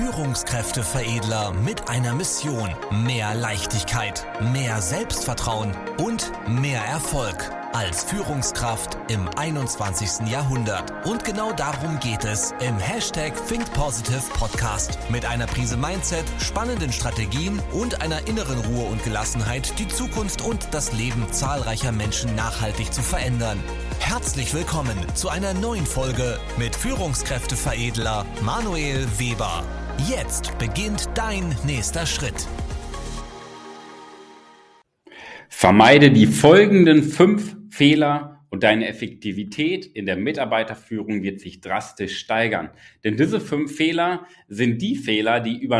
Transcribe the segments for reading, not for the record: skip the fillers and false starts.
Führungskräfteveredler mit einer Mission: mehr Leichtigkeit, mehr Selbstvertrauen und mehr Erfolg als Führungskraft im 21. Jahrhundert. Und genau darum geht es im #ThinkPositive Podcast mit einer Prise Mindset, spannenden Strategien und einer inneren Ruhe und Gelassenheit, die Zukunft und das Leben zahlreicher Menschen nachhaltig zu verändern. Herzlich willkommen zu einer neuen Folge mit Führungskräfteveredler Manuel Weber. Jetzt beginnt dein nächster Schritt. Vermeide die folgenden 5 Fehler und deine Effektivität in der Mitarbeiterführung wird sich drastisch steigern. Denn diese 5 Fehler sind die Fehler, die über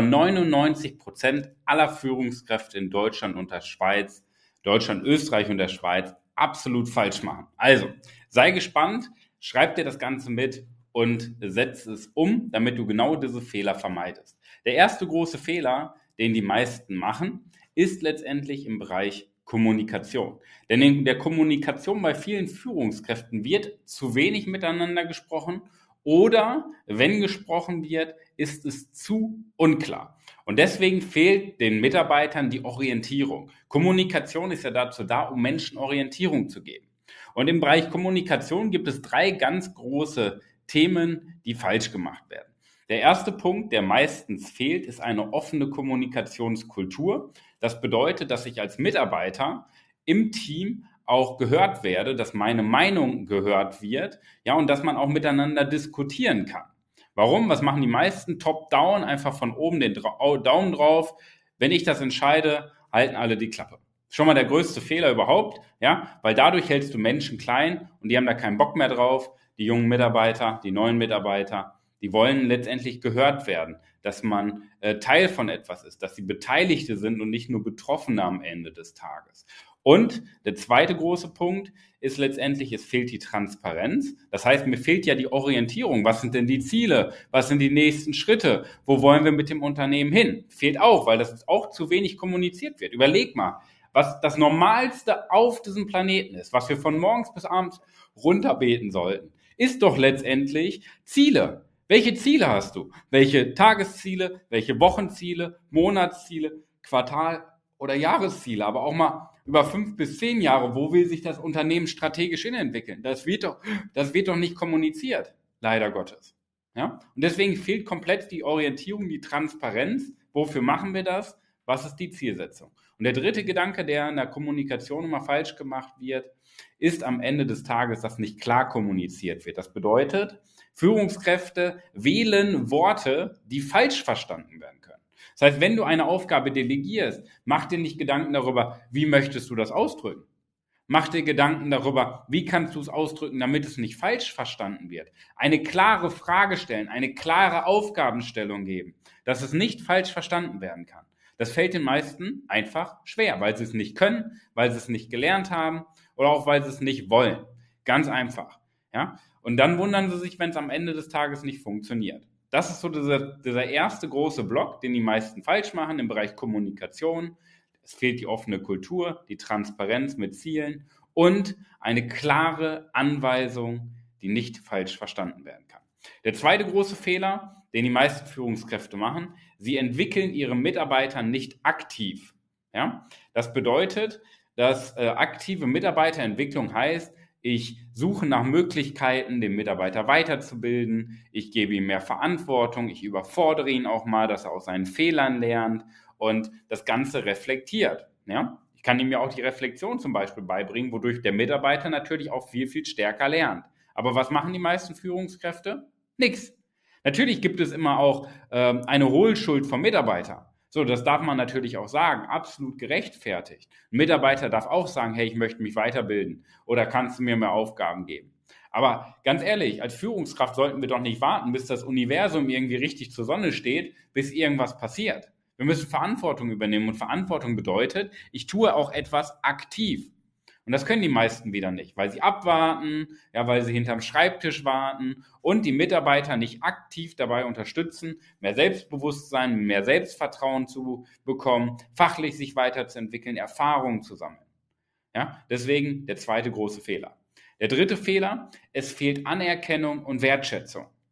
99% aller Führungskräfte in Deutschland und der Schweiz, Deutschland, Österreich und der Schweiz absolut falsch machen. Also, sei gespannt, schreib dir das Ganze mit und setz es um, damit du genau diese Fehler vermeidest. Der erste große Fehler, den die meisten machen, ist letztendlich im Bereich Kommunikation. Denn in der Kommunikation bei vielen Führungskräften wird zu wenig miteinander gesprochen oder, wenn gesprochen wird, ist es zu unklar. Und deswegen fehlt den Mitarbeitern die Orientierung. Kommunikation ist ja dazu da, um Menschen Orientierung zu geben. Und im Bereich Kommunikation gibt es 3 ganz große Themen, die falsch gemacht werden. Der erste Punkt, der meistens fehlt, ist eine offene Kommunikationskultur. Das bedeutet, dass ich als Mitarbeiter im Team auch gehört werde, dass meine Meinung gehört wird, ja, und dass man auch miteinander diskutieren kann. Warum? Was machen die meisten? Top-down, einfach von oben den Daumen drauf. Wenn ich das entscheide, halten alle die Klappe. Schon mal der größte Fehler überhaupt, ja, weil dadurch hältst du Menschen klein und die haben da keinen Bock mehr drauf. Die jungen Mitarbeiter, die neuen Mitarbeiter, die wollen letztendlich gehört werden, dass man Teil von etwas ist, dass sie Beteiligte sind und nicht nur Betroffene am Ende des Tages. Und der zweite große Punkt ist letztendlich, es fehlt die Transparenz. Das heißt, mir fehlt ja die Orientierung. Was sind denn die Ziele? Was sind die nächsten Schritte? Wo wollen wir mit dem Unternehmen hin? Fehlt auch, weil das auch zu wenig kommuniziert wird. Überleg mal, was das Normalste auf diesem Planeten ist, was wir von morgens bis abends runterbeten sollten, ist doch letztendlich Ziele. Welche Ziele hast du? Welche Tagesziele, welche Wochenziele, Monatsziele, Quartal- oder Jahresziele? Aber auch mal über 5 bis 10 Jahre, wo will sich das Unternehmen strategisch hinentwickeln? Das wird doch nicht kommuniziert, leider Gottes. Ja? Und deswegen fehlt komplett die Orientierung, die Transparenz. Wofür machen wir das? Was ist die Zielsetzung? Und der dritte Gedanke, der in der Kommunikation immer falsch gemacht wird, ist am Ende des Tages, dass nicht klar kommuniziert wird. Das bedeutet, Führungskräfte wählen Worte, die falsch verstanden werden können. Das heißt, wenn du eine Aufgabe delegierst, mach dir nicht Gedanken darüber, wie möchtest du das ausdrücken. Mach dir Gedanken darüber, wie kannst du es ausdrücken, damit es nicht falsch verstanden wird. Eine klare Frage stellen, eine klare Aufgabenstellung geben, dass es nicht falsch verstanden werden kann. Das fällt den meisten einfach schwer, weil sie es nicht können, weil sie es nicht gelernt haben oder auch weil sie es nicht wollen. Ganz einfach. Ja? Und dann wundern sie sich, wenn es am Ende des Tages nicht funktioniert. Das ist so dieser erste große Block, den die meisten falsch machen im Bereich Kommunikation. Es fehlt die offene Kultur, die Transparenz mit Zielen und eine klare Anweisung, die nicht falsch verstanden werden kann. Der zweite große Fehler, den die meisten Führungskräfte machen, sie entwickeln ihre Mitarbeiter nicht aktiv. Ja? Das bedeutet, dass aktive Mitarbeiterentwicklung heißt, ich suche nach Möglichkeiten, den Mitarbeiter weiterzubilden, ich gebe ihm mehr Verantwortung, ich überfordere ihn auch mal, dass er aus seinen Fehlern lernt und das Ganze reflektiert. Ja? Ich kann ihm ja auch die Reflexion zum Beispiel beibringen, wodurch der Mitarbeiter natürlich auch viel, viel stärker lernt. Aber was machen die meisten Führungskräfte? Nix. Natürlich gibt es immer auch eine Hohlschuld vom Mitarbeiter. So, das darf man natürlich auch sagen, absolut gerechtfertigt. Ein Mitarbeiter darf auch sagen, hey, ich möchte mich weiterbilden oder kannst du mir mehr Aufgaben geben? Aber ganz ehrlich, als Führungskraft sollten wir doch nicht warten, bis das Universum irgendwie richtig zur Sonne steht, bis irgendwas passiert. Wir müssen Verantwortung übernehmen und Verantwortung bedeutet, ich tue auch etwas aktiv. Und das können die meisten wieder nicht, weil sie abwarten, ja, weil sie hinterm Schreibtisch warten und die Mitarbeiter nicht aktiv dabei unterstützen, mehr Selbstbewusstsein, mehr Selbstvertrauen zu bekommen, fachlich sich weiterzuentwickeln, Erfahrungen zu sammeln. Ja, deswegen der zweite große Fehler. Der dritte Fehler, es fehlt Anerkennung und Wertschätzung.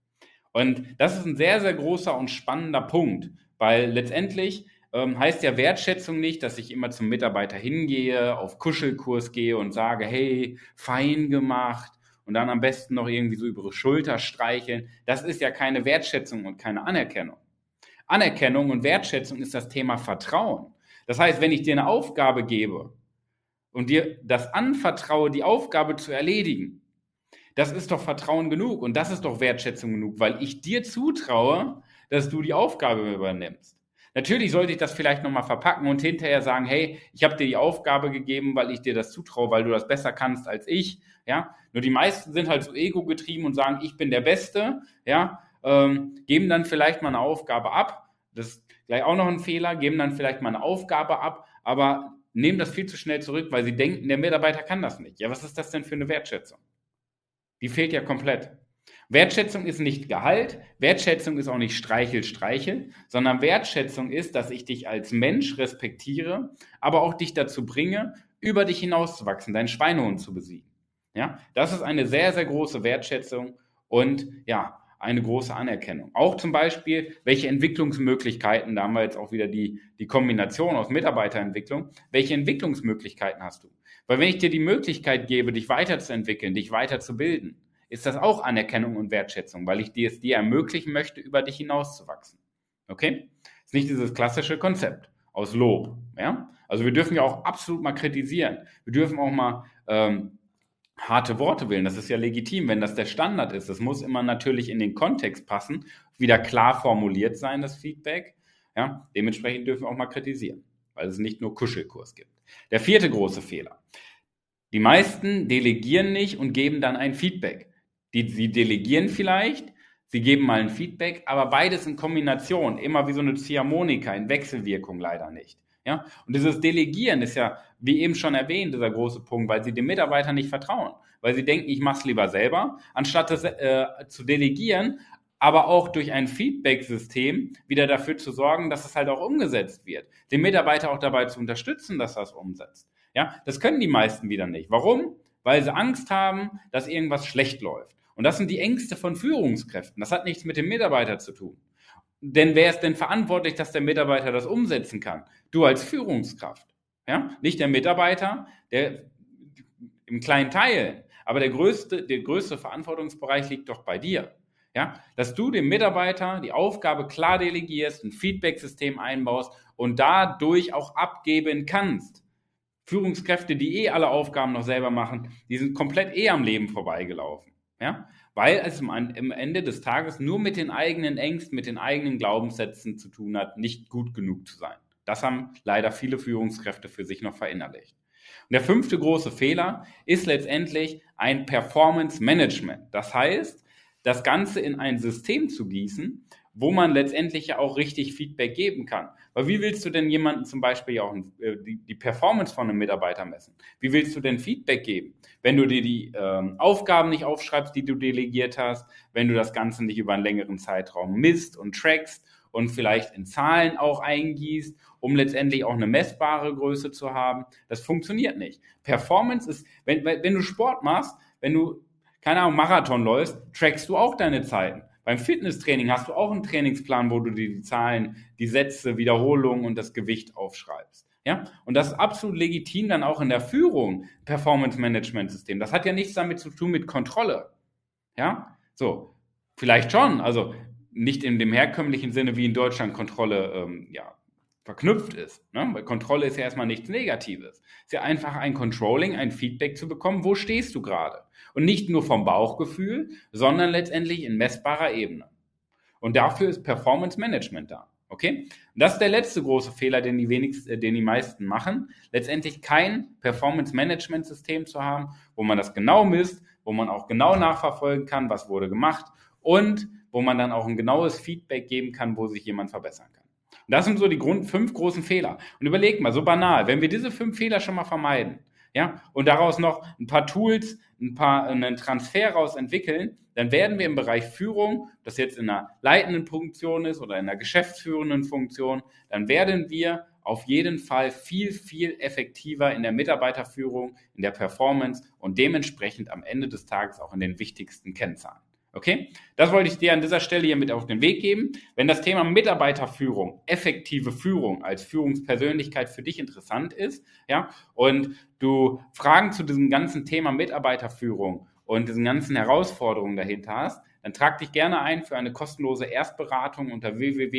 Und das ist ein sehr, sehr großer und spannender Punkt, weil letztendlich heißt ja Wertschätzung nicht, dass ich immer zum Mitarbeiter hingehe, auf Kuschelkurs gehe und sage, hey, fein gemacht und dann am besten noch irgendwie so über ihre Schulter streicheln. Das ist ja keine Wertschätzung und keine Anerkennung. Anerkennung und Wertschätzung ist das Thema Vertrauen. Das heißt, wenn ich dir eine Aufgabe gebe und dir das anvertraue, die Aufgabe zu erledigen, das ist doch Vertrauen genug und das ist doch Wertschätzung genug, weil ich dir zutraue, dass du die Aufgabe übernimmst. Natürlich sollte ich das vielleicht nochmal verpacken und hinterher sagen, hey, ich habe dir die Aufgabe gegeben, weil ich dir das zutraue, weil du das besser kannst als ich. Ja? Nur die meisten sind halt so ego-getrieben und sagen, ich bin der Beste, ja? Geben dann vielleicht mal eine Aufgabe ab. Das ist gleich auch noch ein Fehler, geben dann vielleicht mal eine Aufgabe ab, aber nehmen das viel zu schnell zurück, weil sie denken, der Mitarbeiter kann das nicht. Ja, was ist das denn für eine Wertschätzung? Die fehlt ja komplett. Wertschätzung ist nicht Gehalt, Wertschätzung ist auch nicht Streichel, sondern Wertschätzung ist, dass ich dich als Mensch respektiere, aber auch dich dazu bringe, über dich hinauszuwachsen, deinen Schweinehund zu besiegen. Ja, das ist eine sehr, sehr große Wertschätzung und ja, eine große Anerkennung. Auch zum Beispiel, welche Entwicklungsmöglichkeiten, da haben wir jetzt auch wieder die Kombination aus Mitarbeiterentwicklung, welche Entwicklungsmöglichkeiten hast du? Weil wenn ich dir die Möglichkeit gebe, dich weiterzuentwickeln, dich weiterzubilden, ist das auch Anerkennung und Wertschätzung, weil ich es dir ermöglichen möchte, über dich hinauszuwachsen. Okay? Ist nicht dieses klassische Konzept aus Lob. Ja? Also wir dürfen ja auch absolut mal kritisieren. Wir dürfen auch mal harte Worte wählen. Das ist ja legitim, wenn das der Standard ist. Das muss immer natürlich in den Kontext passen, wieder klar formuliert sein, das Feedback. Ja? Dementsprechend dürfen wir auch mal kritisieren, weil es nicht nur Kuschelkurs gibt. Der vierte große Fehler. Die meisten delegieren nicht und geben dann ein Feedback. Sie delegieren vielleicht, sie geben mal ein Feedback, aber beides in Kombination, immer wie so eine Ziehharmonika, in Wechselwirkung leider nicht. Ja? Und dieses Delegieren ist ja, wie eben schon erwähnt, dieser große Punkt, weil sie dem Mitarbeiter nicht vertrauen, weil sie denken, ich mache es lieber selber, anstatt es zu delegieren, aber auch durch ein Feedback-System wieder dafür zu sorgen, dass es halt auch umgesetzt wird. Den Mitarbeiter auch dabei zu unterstützen, dass er es umsetzt. Ja? Das können die meisten wieder nicht. Warum? Weil sie Angst haben, dass irgendwas schlecht läuft. Und das sind die Ängste von Führungskräften. Das hat nichts mit dem Mitarbeiter zu tun. Denn wer ist denn verantwortlich, dass der Mitarbeiter das umsetzen kann? Du als Führungskraft. Ja? Nicht der Mitarbeiter, der im kleinen Teil. Aber der größte Verantwortungsbereich liegt doch bei dir. Ja? Dass du dem Mitarbeiter die Aufgabe klar delegierst, ein Feedback-System einbaust und dadurch auch abgeben kannst. Führungskräfte, die alle Aufgaben noch selber machen, die sind komplett am Leben vorbeigelaufen. Ja? Weil es am Ende des Tages nur mit den eigenen Ängsten, mit den eigenen Glaubenssätzen zu tun hat, nicht gut genug zu sein. Das haben leider viele Führungskräfte für sich noch verinnerlicht. Und der fünfte große Fehler ist letztendlich ein Performance Management. Das heißt, das Ganze in ein System zu gießen, wo man letztendlich ja auch richtig Feedback geben kann. Weil wie willst du denn jemanden zum Beispiel auch die Performance von einem Mitarbeiter messen? Wie willst du denn Feedback geben? Wenn du dir die Aufgaben nicht aufschreibst, die du delegiert hast, wenn du das Ganze nicht über einen längeren Zeitraum misst und trackst und vielleicht in Zahlen auch eingießt, um letztendlich auch eine messbare Größe zu haben, das funktioniert nicht. Performance ist, wenn du Sport machst, wenn du, keine Ahnung, Marathon läufst, trackst du auch deine Zeiten. Beim Fitnesstraining hast du auch einen Trainingsplan, wo du dir die Zahlen, die Sätze, Wiederholungen und das Gewicht aufschreibst. Ja? Und das ist absolut legitim dann auch in der Führung, Performance-Management-System. Das hat ja nichts damit zu tun mit Kontrolle. Ja? So, vielleicht schon, also nicht in dem herkömmlichen Sinne, wie in Deutschland Kontrolle verknüpft ist. Ne? Weil Kontrolle ist ja erstmal nichts Negatives. Es ist ja einfach ein Controlling, ein Feedback zu bekommen, wo stehst du gerade? Und nicht nur vom Bauchgefühl, sondern letztendlich in messbarer Ebene. Und dafür ist Performance Management da. Okay? Und das ist der letzte große Fehler, den die meisten machen. Letztendlich kein Performance Management System zu haben, wo man das genau misst, wo man auch genau nachverfolgen kann, was wurde gemacht und wo man dann auch ein genaues Feedback geben kann, wo sich jemand verbessern kann. Und das sind so die 5 großen Fehler. Und überleg mal, so banal, wenn wir diese 5 Fehler schon mal vermeiden, ja, und daraus noch ein paar Tools, einen Transfer raus entwickeln, dann werden wir im Bereich Führung, das jetzt in einer leitenden Funktion ist oder in einer geschäftsführenden Funktion, dann werden wir auf jeden Fall viel, viel effektiver in der Mitarbeiterführung, in der Performance und dementsprechend am Ende des Tages auch in den wichtigsten Kennzahlen. Okay? Das wollte ich dir an dieser Stelle hier mit auf den Weg geben. Wenn das Thema Mitarbeiterführung, effektive Führung als Führungspersönlichkeit für dich interessant ist, ja, und du Fragen zu diesem ganzen Thema Mitarbeiterführung und diesen ganzen Herausforderungen dahinter hast, dann trag dich gerne ein für eine kostenlose Erstberatung unter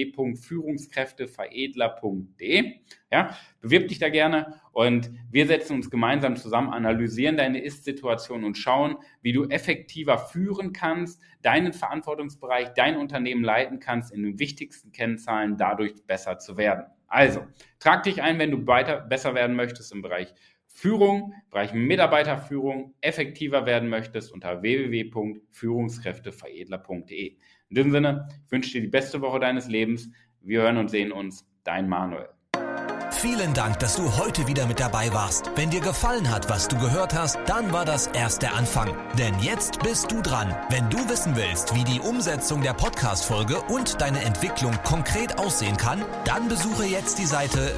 www.führungskräfteveredler.de. Ja, bewirb dich da gerne und wir setzen uns gemeinsam zusammen, analysieren deine Ist-Situation und schauen, wie du effektiver führen kannst, deinen Verantwortungsbereich, dein Unternehmen leiten kannst, in den wichtigsten Kennzahlen dadurch besser zu werden. Also, trag dich ein, wenn du besser werden möchtest im Bereich Führung, Bereich Mitarbeiterführung, effektiver werden möchtest unter www.führungskräfteveredler.de. In diesem Sinne, ich wünsche dir die beste Woche deines Lebens. Wir hören und sehen uns. Dein Manuel. Vielen Dank, dass du heute wieder mit dabei warst. Wenn dir gefallen hat, was du gehört hast, dann war das erst der Anfang. Denn jetzt bist du dran. Wenn du wissen willst, wie die Umsetzung der Podcast-Folge und deine Entwicklung konkret aussehen kann, dann besuche jetzt die Seite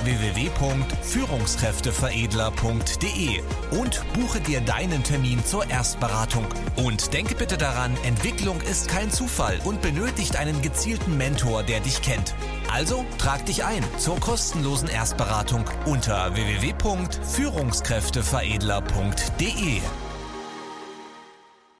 www.führungskräfteveredler.de und buche dir deinen Termin zur Erstberatung. Und denke bitte daran, Entwicklung ist kein Zufall und benötigt einen gezielten Mentor, der dich kennt. Also trag dich ein zur kostenlosen Erstberatung unter www.führungskräfteveredler.de.